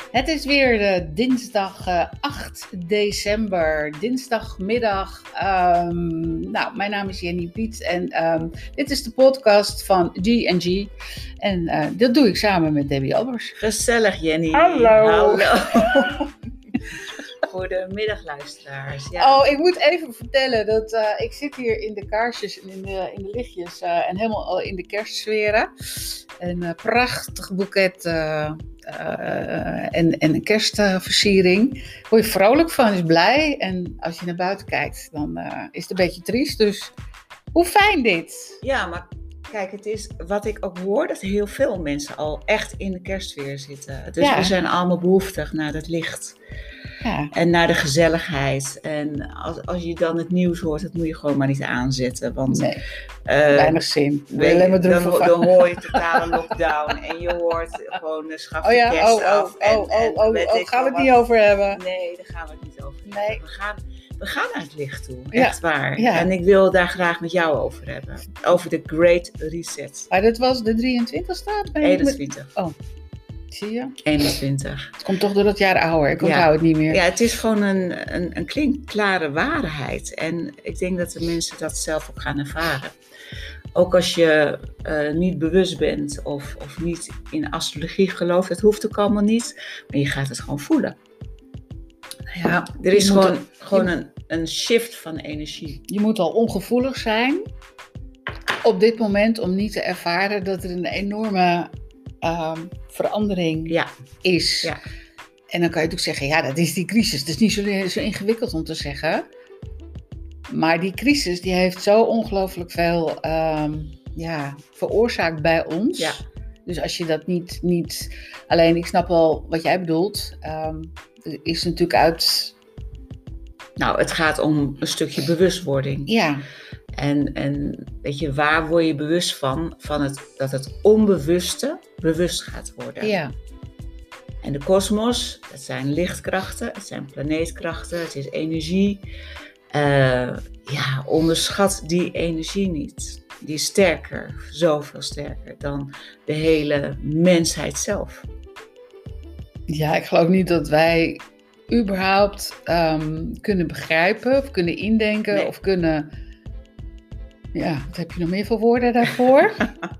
Het is weer dinsdag 8 december, dinsdagmiddag. Mijn naam is Jenny Piet en dit is de podcast van G&G. En dat doe ik samen met Debbie Albers. Gezellig, Jenny. Hallo. Goedemiddag, luisteraars. Ja. Oh, ik moet even vertellen dat ik zit hier in de kaarsjes en in de lichtjes en helemaal al in de kerstsferen. Een prachtig boeket en een kerstversiering. Daar word je vrolijk van, is blij. En als je naar buiten kijkt, dan is het een beetje triest. Dus hoe fijn dit. Ja, maar kijk, het is wat ik ook hoor, dat heel veel mensen al echt in de kerstsfeer zitten. Dus we zijn allemaal behoeftig naar dat licht. Ja. En naar de gezelligheid. En als je dan het nieuws hoort, dat moet je gewoon maar niet aanzetten. Want weinig zin. Dan hoor je totale lockdown. En je hoort gewoon schaf de kerst af. Gaan we het niet over hebben? Nee, daar gaan we het niet over hebben. Nee. We gaan naar het licht toe. Echt waar. Ja. En ik wil daar graag met jou over hebben. Over de Great Reset. Maar dat was de 23e? 21. Oh. Zie je? 21. Het komt toch door dat jaar ouder. Ik onthoud het niet meer. Ja, het is gewoon een klinkklare waarheid. En ik denk dat de mensen dat zelf ook gaan ervaren. Ook als je niet bewust bent of niet in astrologie gelooft. Dat hoeft ook allemaal niet. Maar je gaat het gewoon voelen. Ja, er is gewoon een shift van energie. Je moet al ongevoelig zijn op dit moment om niet te ervaren dat er een enorme verandering is. Ja. En dan kan je natuurlijk zeggen, ja, dat is die crisis. Het is niet zo ingewikkeld om te zeggen. Maar die crisis die heeft zo ongelooflijk veel veroorzaakt bij ons. Ja. Dus als je dat niet... Alleen, ik snap wel wat jij bedoelt. Is natuurlijk uit... Nou, het gaat om een stukje bewustwording. Ja. En weet je, waar word je bewust van dat het onbewuste bewust gaat worden. Ja. En de kosmos, het zijn lichtkrachten, het zijn planeetkrachten, het is energie. Onderschat die energie niet. Die is sterker, zoveel sterker dan de hele mensheid zelf. Ja, ik geloof niet dat wij überhaupt kunnen begrijpen of kunnen indenken of kunnen... Ja, wat heb je nog meer voor woorden daarvoor?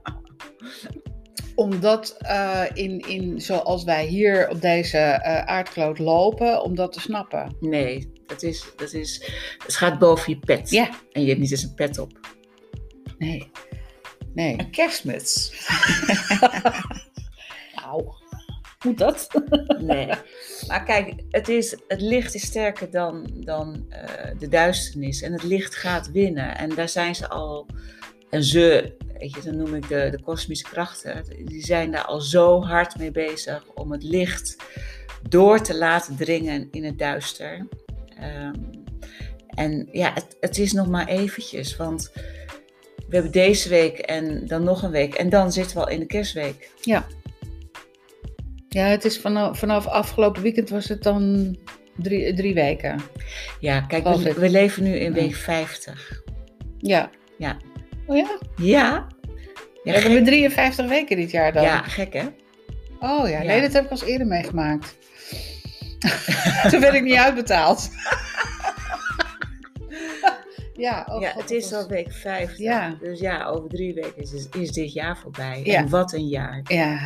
Omdat zoals wij hier op deze aardkloot lopen, om dat te snappen. Nee, het gaat boven je pet. Ja. En je hebt niet eens een pet op. Nee. Een kerstmuts. Nou, moet dat? Nee. Maar kijk, het licht is sterker dan de duisternis. En het licht gaat winnen. En daar zijn ze al... En dan noem ik de kosmische krachten. Die zijn daar al zo hard mee bezig om het licht door te laten dringen in het duister. Het is nog maar eventjes. Want we hebben deze week en dan nog een week. En dan zitten we al in de kerstweek. Ja. Ja, het is vanaf afgelopen weekend was het dan 3 weken. Ja, kijk, we leven nu in week 50. Ja. Ja. Oh ja? Ja. Hebben we 53 weken dit jaar dan? Ja, gek hè? Oh ja, nee, dat heb ik al eerder meegemaakt. Toen werd ik niet uitbetaald. Het is al week 50. Ja. Dus ja, over 3 weken is dit jaar voorbij. Ja. En wat een jaar.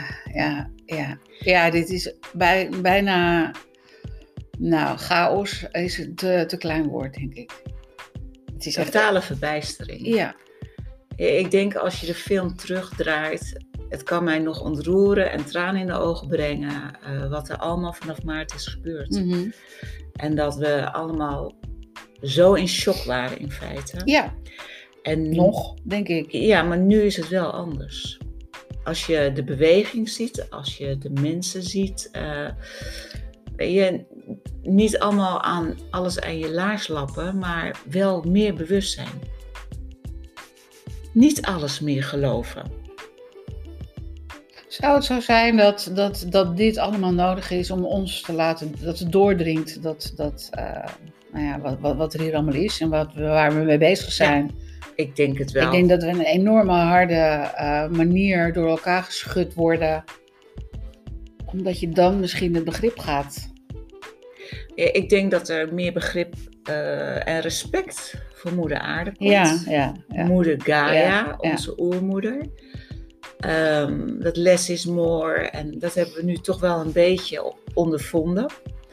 Ja, dit is bijna... Nou, chaos is een te klein woord, denk ik. Het is totale verbijstering. Ja. Ik denk als je de film terugdraait... Het kan mij nog ontroeren en tranen in de ogen brengen... wat er allemaal vanaf maart is gebeurd. Mm-hmm. En dat we allemaal... zo in shock waren in feite. Ja, en nog, denk ik. Ja, maar nu is het wel anders. Als je de beweging ziet, als je de mensen ziet... je niet allemaal aan alles aan je laars lappen, maar wel meer bewustzijn. Niet alles meer geloven. Zou het zo zijn dat dit allemaal nodig is om ons te laten... dat het doordringt wat er hier allemaal is en waar we mee bezig zijn. Ja, ik denk het wel. Ik denk dat we een enorme harde manier door elkaar geschud worden Omdat je dan misschien het begrip gaat. Ik denk dat er meer begrip en respect voor moeder aarde komt. Ja. Moeder Gaia, Ja. onze oermoeder. Dat less is more. En dat hebben we nu toch wel een beetje ondervonden.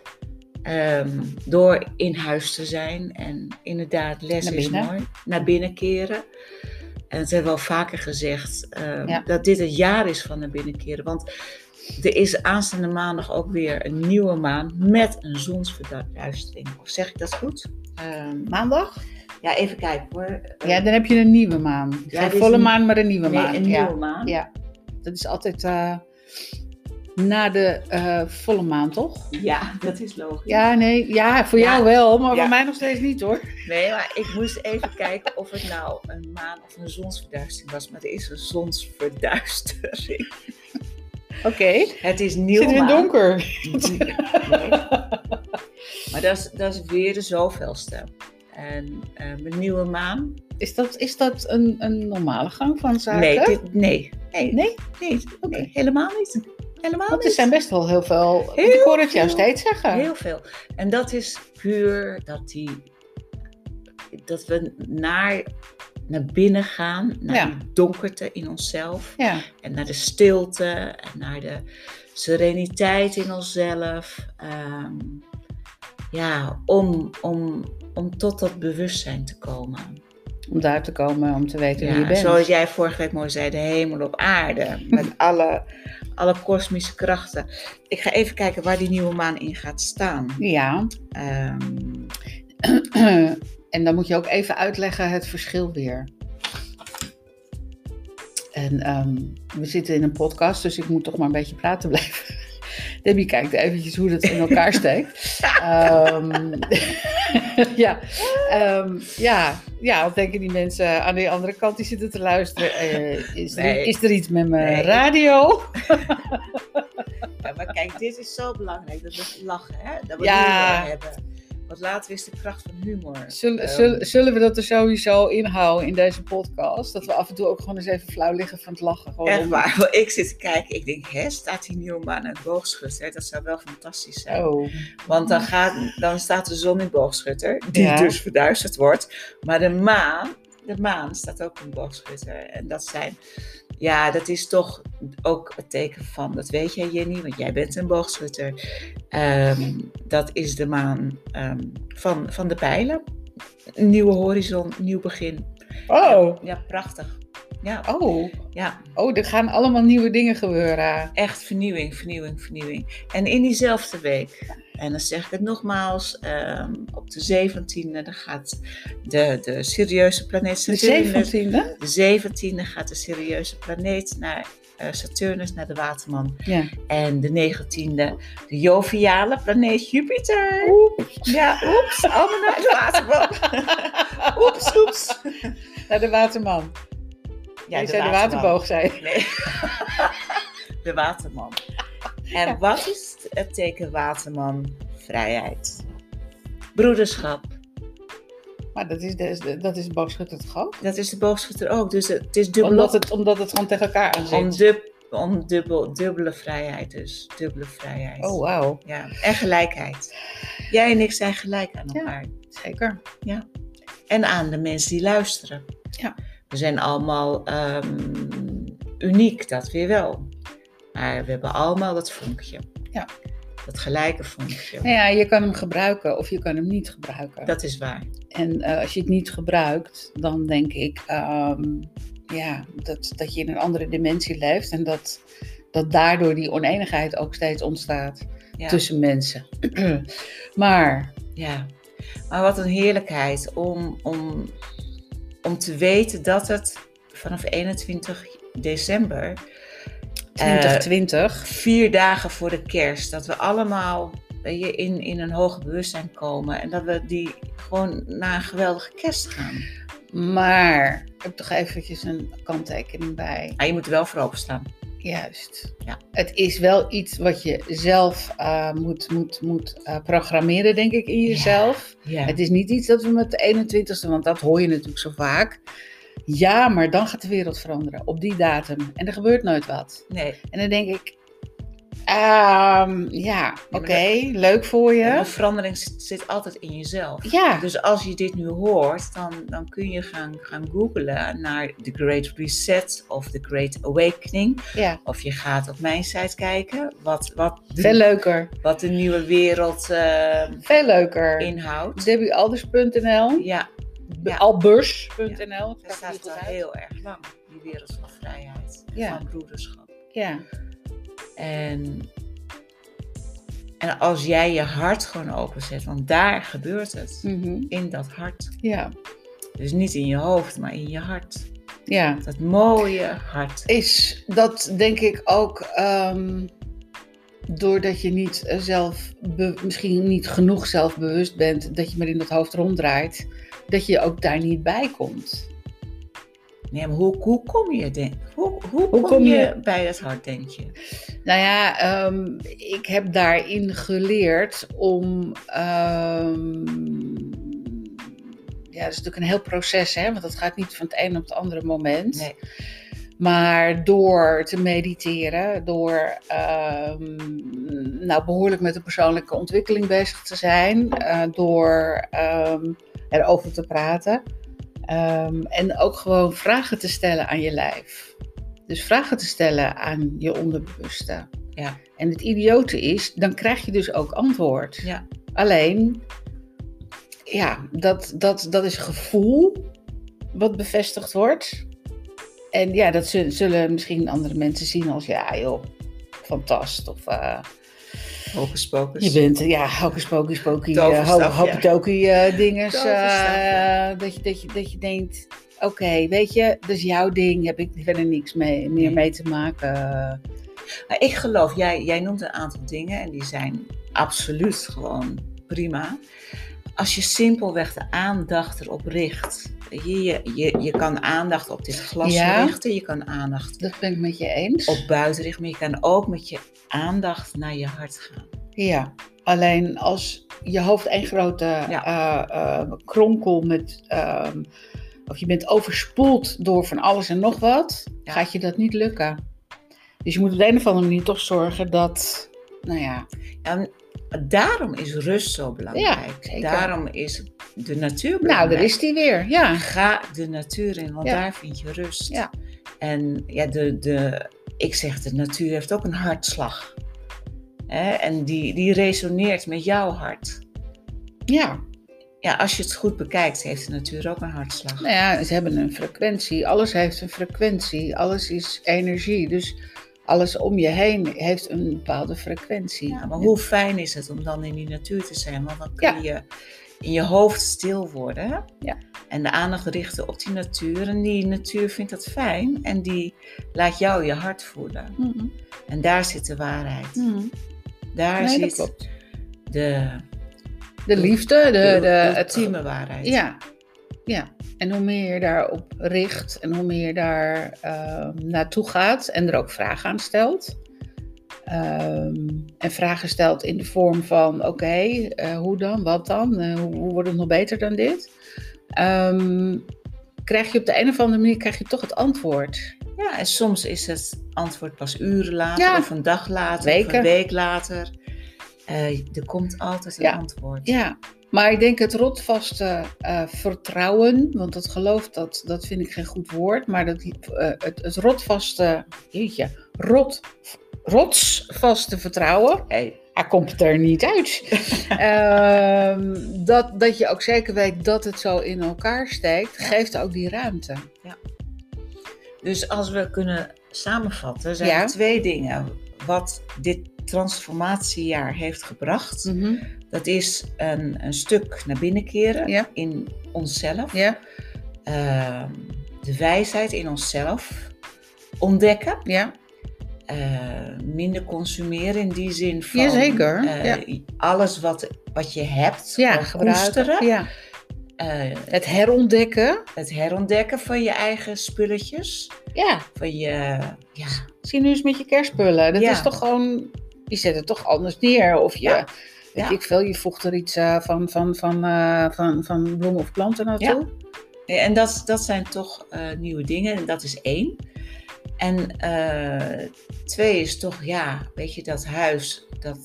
Door in huis te zijn. En inderdaad, less is more. Naar binnen keren. En het hebben we al vaker gezegd. Dat dit het jaar is van naar binnen keren. Want er is aanstaande maandag ook weer een nieuwe maan. Met een zonsverduistering. Of zeg ik dat goed? Maandag? Ja, even kijken hoor. Ja, dan heb je een nieuwe maan. Geen volle maan, maar een nieuwe maan. Een nieuwe maan. Ja, dat is altijd na de volle maan, toch? Ja, dat is logisch. Ja, voor jou wel, maar voor mij nog steeds niet hoor. Nee, maar ik moest even kijken of het nou een maan of een zonsverduistering was. Maar er is een zonsverduistering. Oké. Het is nieuw maan. Zit in het donker. Nee. Maar dat is weer de zoveelste. En mijn nieuwe maan. Is dat een normale gang van zaken? Nee, Oké. helemaal niet. Want er zijn best wel heel veel. Ik hoor het jou steeds zeggen. Heel veel. En dat is puur dat we naar binnen gaan. Naar die donkerte in onszelf. Ja. En naar de stilte. En naar de sereniteit in onszelf. Om tot dat bewustzijn te komen. Om daar te komen, om te weten wie je bent. Zoals jij vorige week mooi zei, de hemel op aarde. Met alle kosmische krachten. Ik ga even kijken waar die nieuwe maan in gaat staan. Ja. En dan moet je ook even uitleggen het verschil weer. En we zitten in een podcast, dus ik moet toch maar een beetje praten blijven. Debbie kijkt eventjes hoe dat in elkaar steekt. Wat denken die mensen aan de andere kant die zitten te luisteren? Is er iets met mijn radio? Ja, maar kijk, dit is zo belangrijk, dat we lachen, hè? Dat we humor hebben. Want later is de kracht van humor. Zullen we dat er sowieso inhouden in deze podcast? Dat we af en toe ook gewoon eens even flauw liggen van het lachen. Gewoon echt waar. Ik zit te kijken. Ik denk, staat die nieuwe maan in het boogschutter? Dat zou wel fantastisch zijn. Oh. Want dan staat de zon in het boogschutter. Die dus verduisterd wordt. Maar de maan staat ook in het boogschutter. En dat is toch ook het teken van, dat weet jij Jenny, want jij bent een boogschutter. Dat is de maan van de pijlen. Een nieuwe horizon, nieuw begin. Oh. Ja, prachtig. Ja. Oh. Ja. Oh, er gaan allemaal nieuwe dingen gebeuren. Echt vernieuwing. En in diezelfde week, en dan zeg ik het nogmaals, op de 17e dan gaat de serieuze planeet Saturnus. De 17e? De 17e gaat de serieuze planeet naar Saturnus, naar de waterman. Ja. En de 19e de joviale planeet Jupiter. Oeps, allemaal naar de waterman. Oeps. Naar de waterman. Ja, je zei de waterboog, zei. Nee. De waterman. En wat is het teken waterman? Vrijheid. Broederschap. Maar dat is de boogschutter toch ook? Dat is de boogschutter ook. Dus het is dubbel. Omdat het gewoon tegen elkaar aan zit. Om dubbele vrijheid dus. Dubbele vrijheid. Oh, wauw. Ja. En gelijkheid. Jij en ik zijn gelijk aan elkaar. Ja, zeker. Ja. En aan de mensen die luisteren. Ja. We zijn allemaal uniek, dat weer wel. Maar we hebben allemaal dat vonkje. Ja. Dat gelijke vonkje. Nou ja, je kan hem gebruiken of je kan hem niet gebruiken. Dat is waar. En als je het niet gebruikt, dan denk ik dat je in een andere dimensie leeft. En dat daardoor die oneenigheid ook steeds ontstaat tussen mensen. Maar wat een heerlijkheid om te weten dat het vanaf 21 december... 2020. 4 dagen voor de kerst. Dat we allemaal in een hoger bewustzijn komen. En dat we die gewoon naar een geweldige kerst gaan. Maar ik heb toch eventjes een kanttekening bij. Je moet er wel voor openstaan. Juist. Ja. Het is wel iets wat je zelf moet programmeren, denk ik, in jezelf. Ja. Het is niet iets dat we met de 21ste, want dat hoor je natuurlijk zo vaak. Ja, maar dan gaat de wereld veranderen op die datum. En er gebeurt nooit wat. Nee. En dan denk ik, Ja, oké. Leuk voor je. Maar verandering zit altijd in jezelf. Ja. Dus als je dit nu hoort, dan kun je gaan googlen naar The Great Reset of The Great Awakening. Ja. Of je gaat op mijn site kijken Veel leuker. Wat de nieuwe wereld Veel leuker. inhoudt. DebbieAlders.nl. Ja. Albers.nl. Dat staat al heel erg lang. Die wereld van vrijheid. Ja. Van broederschap. Ja. En als jij je hart gewoon openzet, want daar gebeurt het. Mhm. In dat hart. Ja. Dus niet in je hoofd, maar in je hart. Ja. Dat mooie hart. Is dat denk ik ook doordat je niet misschien niet genoeg zelfbewust bent, dat je maar in dat hoofd ronddraait, dat je ook daar niet bij komt. Nee, maar hoe kom je, hoe kom je bij dat hart, denk je? Nou ja, ik heb daarin geleerd om... ja, dat is natuurlijk een heel proces, hè, want dat gaat niet van het een op het andere moment. Nee. Maar door te mediteren, door behoorlijk met de persoonlijke ontwikkeling bezig te zijn, door erover te praten en ook gewoon vragen te stellen aan je lijf. Dus vragen te stellen aan je onderbewuste. Ja. En het idiote is, dan krijg je dus ook antwoord. Ja. Alleen, ja, dat is gevoel wat bevestigd wordt. En ja, dat zullen misschien andere mensen zien als, ja joh, fantast. Of hocus pocus. je bent, hocus pocus pocus, Toverstaf, hokitoki dinges. Ja. Dat je denkt, oké, weet je, dat is jouw ding, heb ik verder niks meer mee te maken. Maar ik geloof, jij noemt een aantal dingen en die zijn absoluut gewoon prima. Als je simpelweg de aandacht erop richt. Je kan aandacht op dit glas richten. Je kan aandacht dat ben ik met je eens. op buiten richten. Maar je kan ook met je aandacht naar je hart gaan. Ja, alleen als je hoofd één grote kronkel met... of je bent overspoeld door van alles en nog wat, gaat je dat niet lukken. Dus je moet op de een of andere manier toch zorgen dat, daarom is rust zo belangrijk. Ja, daarom is de natuur belangrijk. Nou, daar is die weer, ja. Ga de natuur in, want daar vind je rust. Ja. En ja, ik zeg, de natuur heeft ook een hartslag. En die resoneert met jouw hart. Ja. Ja, als je het goed bekijkt, heeft de natuur ook een hartslag. Nou ja, ze hebben een frequentie. Alles heeft een frequentie. Alles is energie. Dus alles om je heen heeft een bepaalde frequentie. Ja, maar hoe fijn is het om dan in die natuur te zijn? Want dan kun je in je hoofd stil worden. Hè? Ja. En de aandacht richten op die natuur. En die natuur vindt dat fijn. En die laat jou je hart voelen. Mm-hmm. En daar zit de waarheid. Mm-hmm. Daar zit de liefde, de ultieme waarheid. Ja. En hoe meer je daarop richt en hoe meer je daar naartoe gaat en er ook vragen aan stelt. En vragen stelt in de vorm van, oké, hoe dan, wat dan, hoe wordt het nog beter dan dit? Krijg je op de een of andere manier toch het antwoord. Ja, en soms is het antwoord pas uren later of een dag later of een week later. Er komt altijd een antwoord. Ja, maar ik denk het rotvaste vertrouwen, want dat geloof, dat vind ik geen goed woord, maar het rotvaste, rotsvaste vertrouwen, hij komt er niet uit. Dat je ook zeker weet dat het zo in elkaar steekt, geeft ook die ruimte. Ja. Dus als we kunnen samenvatten, zijn er 2 dingen wat dit transformatiejaar heeft gebracht. Mm-hmm. Dat is een stuk naar binnen keren in onszelf. Ja. De wijsheid in onszelf ontdekken. Ja. Minder consumeren in die zin van Jazeker. alles wat je hebt koesteren. Ja. Het herontdekken. Het herontdekken van je eigen spulletjes. Ja. Van je... Zie nu eens met je kerstspullen. Dat is toch gewoon... Je zet het toch anders neer. Of je... Weet ik veel, je voegt er iets van bloemen of planten naartoe. Ja. En dat zijn toch nieuwe dingen. En dat is 1. En 2 is toch, weet je, dat huis,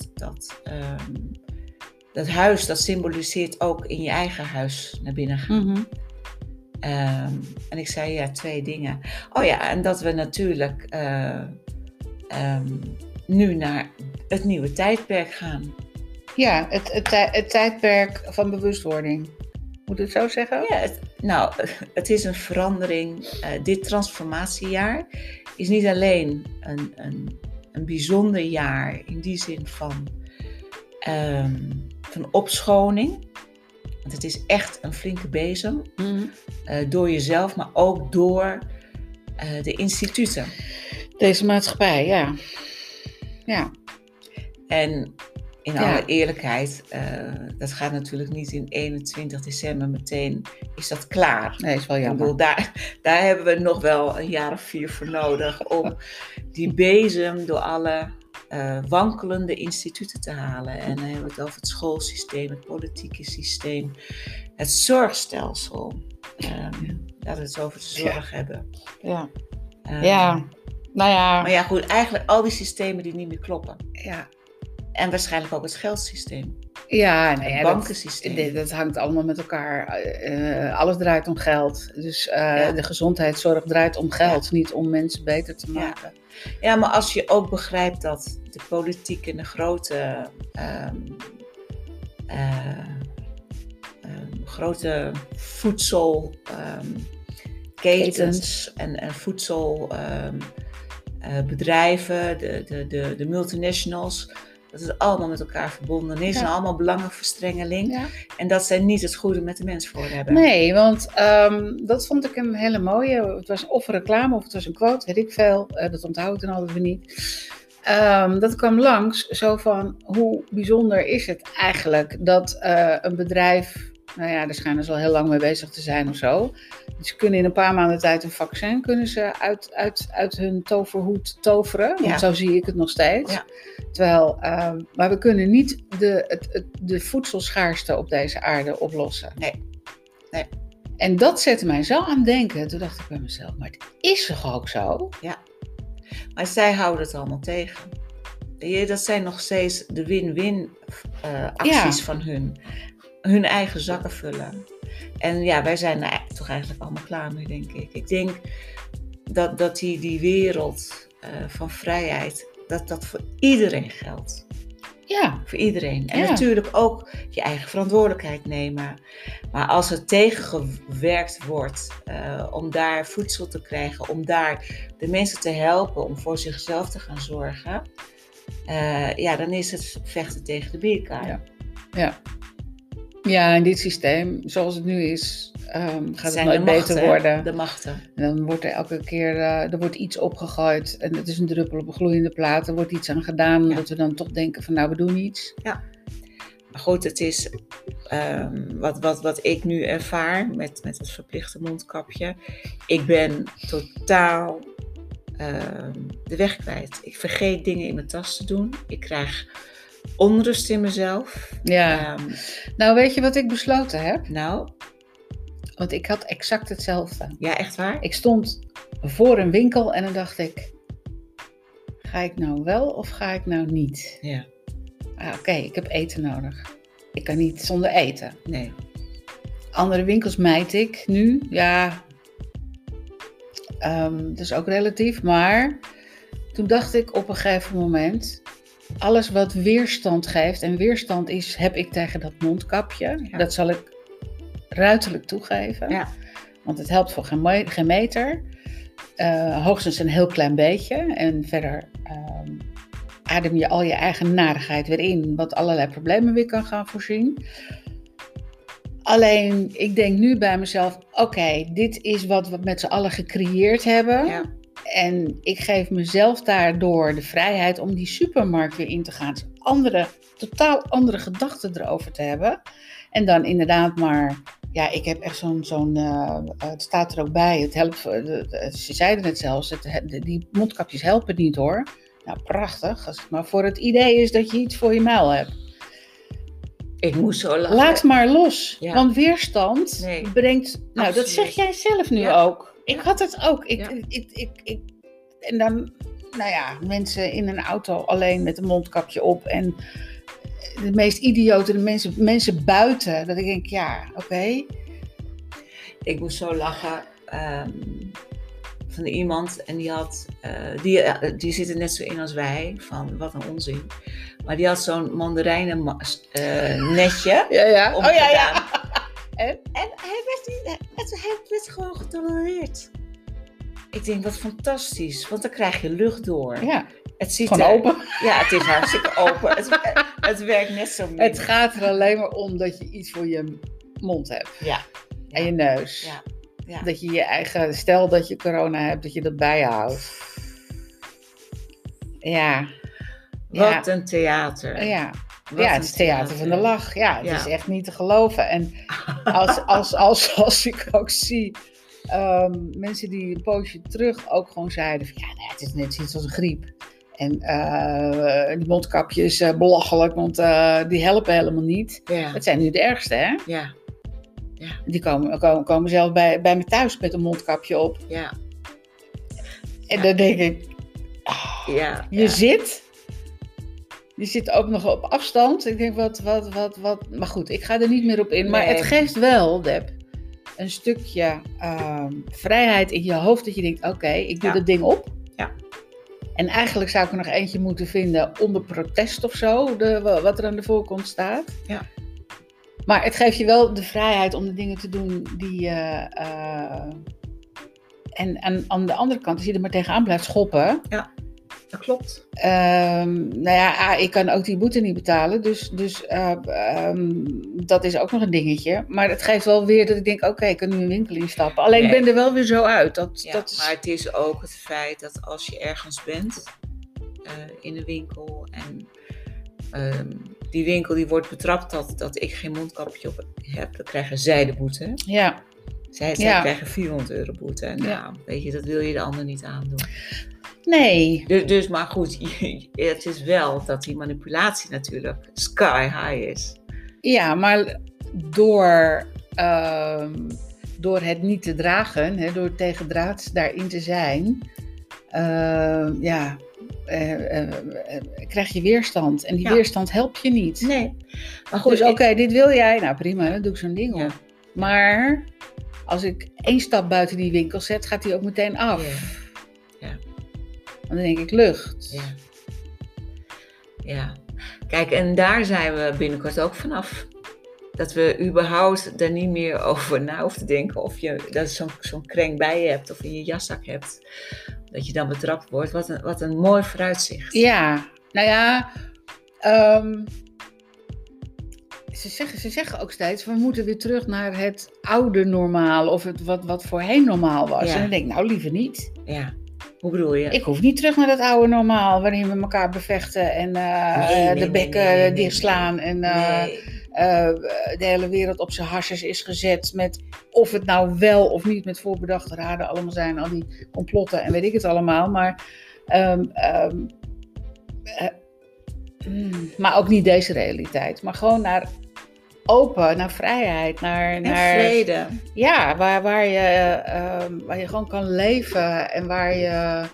dat huis, dat symboliseert ook in je eigen huis naar binnen gaan. Mhm. En ik zei 2 dingen. Oh ja, en dat we natuurlijk nu naar het nieuwe tijdperk gaan. Ja, het tijdperk van bewustwording. Moet ik het zo zeggen? Ja, het is een verandering. Dit transformatiejaar is niet alleen een bijzonder jaar in die zin van opschoning. Want het is echt een flinke bezem. Mhm. Door jezelf, maar ook door de instituten. Deze maatschappij, ja. Ja. En in alle eerlijkheid, dat gaat natuurlijk niet in 21 december meteen, is dat klaar. Nee, is wel jammer. Ik bedoel, daar hebben we nog wel een jaar of 4 voor nodig om die bezem door alle wankelende instituten te halen. En dan hebben we het over het schoolsysteem, het politieke systeem, het zorgstelsel. Dat we het over de zorg hebben. Ja. Ja. Nou ja. Maar ja, goed, eigenlijk al die systemen die niet meer kloppen. Ja. En waarschijnlijk ook het geldsysteem. Ja, het bankensysteem. Dat hangt allemaal met elkaar. Alles draait om geld. Dus de gezondheidszorg draait om geld, niet om mensen beter te maken. Ja, maar als je ook begrijpt dat de politiek en de grote voedselketens en voedselbedrijven, de multinationals, dat het allemaal met elkaar verbonden is en allemaal belangenverstrengeling. Ja. En dat zij niet het goede met de mens voor hebben. Nee, want dat vond ik een hele mooie. Het was of reclame of het was een quote, weet ik veel. Dat onthoud ik dan altijd weer niet. Dat kwam langs zo van hoe bijzonder is het eigenlijk dat een bedrijf, nou ja, daar schijnen ze al heel lang mee bezig te zijn of zo. Dus ze kunnen in een paar maanden tijd een vaccin kunnen ze uit hun toverhoed toveren. Want zo zie ik het nog steeds. Ja. Terwijl, maar we kunnen niet de voedselschaarste op deze aarde oplossen. Nee. En dat zette mij zo aan het denken. Toen dacht ik bij mezelf, maar het is toch ook zo? Ja. Maar zij houden het allemaal tegen. Dat zijn nog steeds de win-win acties van hun eigen zakken vullen. En ja, wij zijn er toch eigenlijk allemaal klaar mee, denk ik. Ik denk dat die wereld van vrijheid, dat voor iedereen geldt. Ja. Voor iedereen. En natuurlijk ook je eigen verantwoordelijkheid nemen. Maar als er tegengewerkt wordt om daar voedsel te krijgen, om daar de mensen te helpen om voor zichzelf te gaan zorgen, dan is het vechten tegen de bierkaai. Ja, in dit systeem, zoals het nu is, gaat het nooit beter worden. De machten. En dan wordt er elke keer er wordt iets opgegooid en het is een druppel op een gloeiende plaat. Er wordt iets aan gedaan, dat we dan toch denken van nou, we doen iets. Ja. Maar goed, het is wat ik nu ervaar met het verplichte mondkapje. Ik ben totaal de weg kwijt. Ik vergeet dingen in mijn tas te doen. Ik krijg onrust in mezelf. Ja. Nou, weet je wat ik besloten heb? Nou? Want ik had exact hetzelfde. Ja, echt waar? Ik stond voor een winkel en dan dacht ik, ga ik nou wel of ga ik nou niet? Ja. Oké, ik heb eten nodig. Ik kan niet zonder eten. Nee. Andere winkels mijd ik nu. Ja, dat is ook relatief. Maar toen dacht ik op een gegeven moment, alles wat weerstand geeft, en weerstand heb ik tegen dat mondkapje. Ja. Dat zal ik ruiterlijk toegeven. Ja. Want het helpt voor geen meter. Hoogstens een heel klein beetje. En verder adem je al je eigen narigheid weer in, wat allerlei problemen weer kan gaan voorzien. Alleen, ik denk nu bij mezelf, oké, dit is wat we met z'n allen gecreëerd hebben. Ja. En ik geef mezelf daardoor de vrijheid om die supermarkt weer in te gaan. Totaal andere gedachten erover te hebben. En dan inderdaad maar, ja, ik heb echt het staat er ook bij. Het helpt, ze zeiden het zelfs, die mondkapjes helpen niet hoor. Nou, prachtig. Als het maar voor het idee is dat je iets voor je muil hebt. Ik moest zo lachen. Laat maar los. Ja. Want weerstand brengt... Nou, absoluut. Dat zeg jij zelf nu ook. Ik had het ook. En dan, nou ja, mensen in een auto alleen met een mondkapje op. En de meest idiote mensen buiten. Dat ik denk, ja, oké. Ik moest zo lachen van iemand en die had, die zit er net zo in als wij, van wat een onzin. Maar die had zo'n mandarijnen netje Ja. omgedaan. En? En hij werd gewoon getolereerd. Ik denk, wat fantastisch, want dan krijg je lucht door. Ja, Het ziet gewoon open. Ja, het is hartstikke open. Het werkt net zo min. Het gaat er alleen maar om dat je iets voor je mond hebt. Ja. En je neus. Ja. Ja. Dat je je eigen, stel dat je corona hebt, dat je dat bijhoudt. Ja. Wat een theater. Ja. Het is theater van de lach. Ja, het is echt niet te geloven. En als ik ook zie mensen die een poosje terug ook gewoon zeiden van het is net iets als een griep. En die mondkapjes belachelijk, want die helpen helemaal niet. Ja. Het zijn nu de ergste, hè? Ja. Die komen zelf bij me thuis met een mondkapje op. Ja. En dan denk ik, je zit ook nog op afstand. Ik denk, wat. Maar goed, ik ga er niet meer op in. Maar het geeft wel, Deb, een stukje vrijheid in je hoofd. Dat je denkt, oké, ik doe dat ding op. Ja. En eigenlijk zou ik er nog eentje moeten vinden onder protest of zo. Wat er aan de voorkant staat. Ja. Maar het geeft je wel de vrijheid om de dingen te doen die... En aan de andere kant, als je er maar tegenaan blijft schoppen... Ja, dat klopt. Ik kan ook die boete niet betalen. Dus dat is ook nog een dingetje. Maar het geeft wel weer dat ik denk, oké, ik kan nu een winkel instappen. Alleen ik ben er wel weer zo uit. Maar het is ook het feit dat als je ergens bent... in een winkel en... die winkel die wordt betrapt dat ik geen mondkapje op heb, dan krijgen zij de boete. Ja. Zij krijgen €400 boete. En weet je, dat wil je de ander niet aandoen. Nee. Dus maar goed, het is wel dat die manipulatie natuurlijk sky high is. Ja, maar door het niet te dragen, door tegendraads daarin te zijn, krijg je weerstand. En die weerstand helpt je niet. Nee. Maar goed, dus oké, dit wil jij. Nou prima, dan doe ik zo'n ding op. Ja. Maar als ik 1 stap buiten die winkel zet, gaat die ook meteen af. Ja. Dan denk ik lucht. Ja. Kijk, en daar zijn we binnenkort ook vanaf. Dat we überhaupt daar niet meer over na hoeven te denken. Of je dat zo'n krenk bij je hebt of in je jaszak hebt. Dat je dan betrapt wordt. Wat een mooi vooruitzicht. Ja, nou ja. Ze zeggen ook steeds, we moeten weer terug naar het oude normaal. Of het wat voorheen normaal was. Ja. En dan denk ik, nou liever niet. Ja, hoe bedoel je? Ik hoef niet terug naar dat oude normaal. Waarin we elkaar bevechten en de bekken dichtslaan. En de hele wereld op zijn harsjes is gezet. Met of het nou wel of niet met voorbedachte raden allemaal zijn. Al die complotten en weet ik het allemaal. Maar ook niet deze realiteit. Maar gewoon naar open, naar vrijheid. Naar vrede. Ja, waar je gewoon kan leven. En waar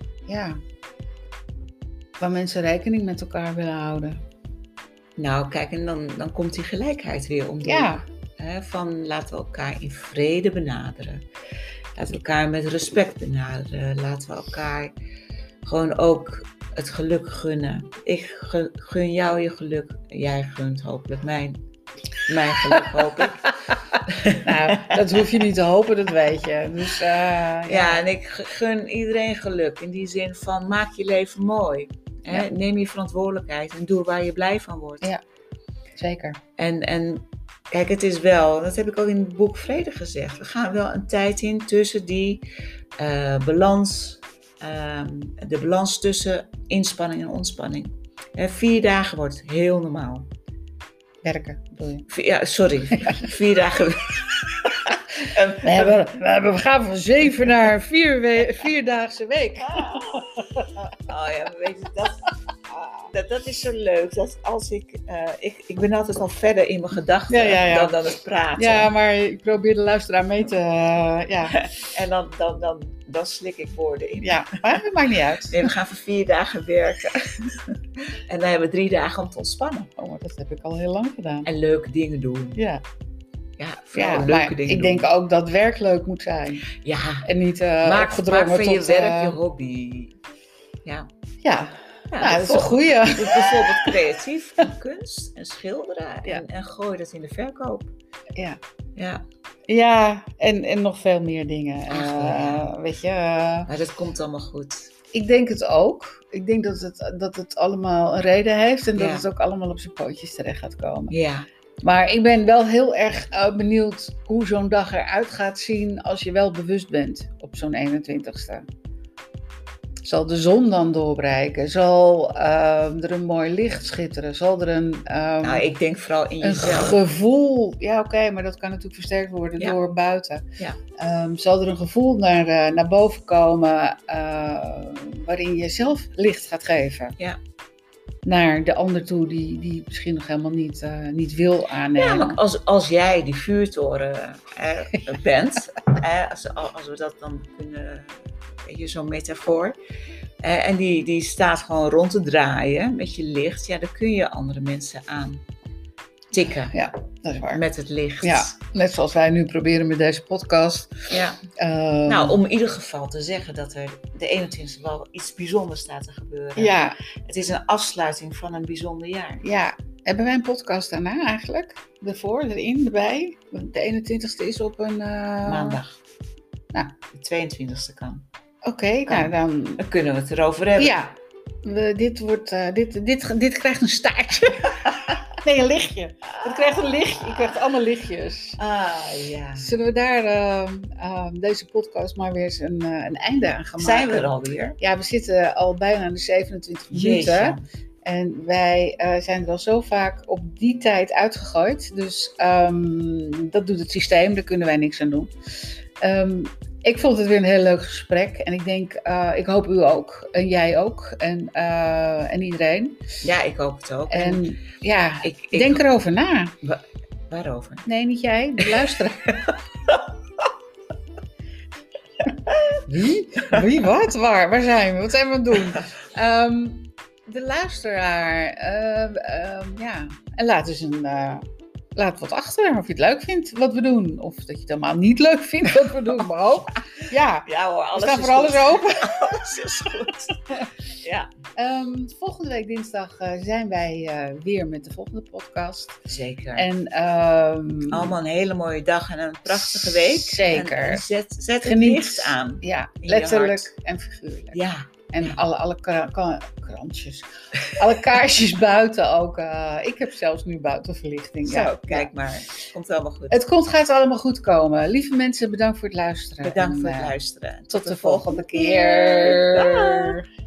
mensen rekening met elkaar willen houden. Nou, kijk, en dan komt die gelijkheid weer om. Ja. Van laten we elkaar in vrede benaderen. Laten we elkaar met respect benaderen. Laten we elkaar gewoon ook het geluk gunnen. Ik gun jou je geluk. Jij gunt hopelijk mijn geluk, hoop ik. Nou, dat hoef je niet te hopen, dat weet je. Dus, en ik gun iedereen geluk. In die zin van, maak je leven mooi. Ja. Neem je verantwoordelijkheid en doe waar je blij van wordt. Ja, zeker. En kijk, het is wel, dat heb ik ook in het boek Vrede gezegd. We gaan wel een tijd in tussen die balans, de balans tussen inspanning en ontspanning. 4 dagen wordt heel normaal. Werken, bedoel je? 4 dagen. We gaan van 7 naar 4-daagse week. Oh ja, weet je, Dat is zo leuk. Dat als ik ben altijd al verder in mijn gedachten Ja. dan het praten. Ja, maar ik probeer de luisteraar mee te... En dan slik ik woorden in. Ja, maar dat maakt niet uit. Nee, we gaan voor 4 dagen werken. En dan hebben we 3 dagen om te ontspannen. Oh, maar dat heb ik al heel lang gedaan. En leuke dingen doen. Ja, Vooral leuke maar dingen ik doen. denk ook dat werk leuk moet zijn. Ja, En niet maak opgedrongen van je tot... werk je hobby. Ja. Ja, dat is een goeie. Dus bijvoorbeeld creatief en kunst en schilderen. Ja. En gooi dat in de verkoop. Ja. Ja. Ja, en nog veel meer dingen. Weet je... Maar dat komt allemaal goed. Ik denk het ook. Ik denk dat het allemaal een reden heeft. En dat Ja. het ook allemaal op zijn pootjes terecht gaat komen. Ja. Maar ik ben wel heel erg benieuwd hoe zo'n dag eruit gaat zien als je wel bewust bent op zo'n 21ste. Zal de zon dan doorbreken? Zal er een mooi licht schitteren? Zal er een Ik denk vooral in een jezelf. gevoel... Ja, oké, maar dat kan natuurlijk versterkt worden door buiten. Ja. Zal er een gevoel naar boven komen waarin je zelf licht gaat geven? Ja. Naar de ander toe die misschien nog helemaal niet wil aannemen. Ja, maar als jij die vuurtoren bent, als we dat dan kunnen, weet je, zo'n metafoor, en die staat gewoon rond te draaien met je licht, ja, dan kun je andere mensen aantikken Ja, dat is waar. met het licht. Ja, net zoals wij nu proberen met deze podcast. Ja. Nou, om in ieder geval te zeggen dat er de 21e wel iets bijzonders staat te gebeuren. Ja, Het is een afsluiting van een bijzonder jaar. ja. Hebben wij een podcast daarna eigenlijk? Ervoor, erin, erbij? Want de 21ste is op een... Maandag. Nou. De 22e kan. Oké, nou dan... Dan kunnen we het erover hebben. Ja, dit krijgt een staartje. Nee, een lichtje. Het krijgt een lichtje. Je krijgt allemaal lichtjes. Ja. Zullen we daar deze podcast maar weer eens een einde aan gaan maken? Zijn we er alweer? Ja, we zitten al bijna aan de 27 minuten. Jeetje. En wij zijn er al zo vaak op die tijd uitgegooid. Dus dat doet het systeem, daar kunnen wij niks aan doen. Ik vond het weer een heel leuk gesprek. En ik denk, ik hoop u ook. En jij ook. En iedereen. Ja, ik hoop het ook. En ja, ik denk erover na. Waarover? Nee, niet jij. De luisteraar. Wie? Wat? Waar zijn we? Wat zijn we aan het doen? De luisteraar. Ja. En laat wat achter. Of je het leuk vindt wat we doen. Of dat je het helemaal niet leuk vindt wat we doen. Maar ook. Ja. Ja hoor, We staan voor alles open. Alles is goed. Ja. Volgende week dinsdag zijn wij weer met de volgende podcast. Zeker. En allemaal een hele mooie dag en een prachtige week. Zeker. En zet het Geniet. licht aan. Ja, in je letterlijk en figuurlijk. Ja. En alle krantjes. Alle kaarsjes buiten ook. Ik heb zelfs nu buitenverlichting. Zo, Ja. kijk maar. Komt allemaal goed. Het gaat allemaal goed komen. Lieve mensen, bedankt voor het luisteren. Bedankt En, voor het luisteren. Tot de volgende keer. Dag.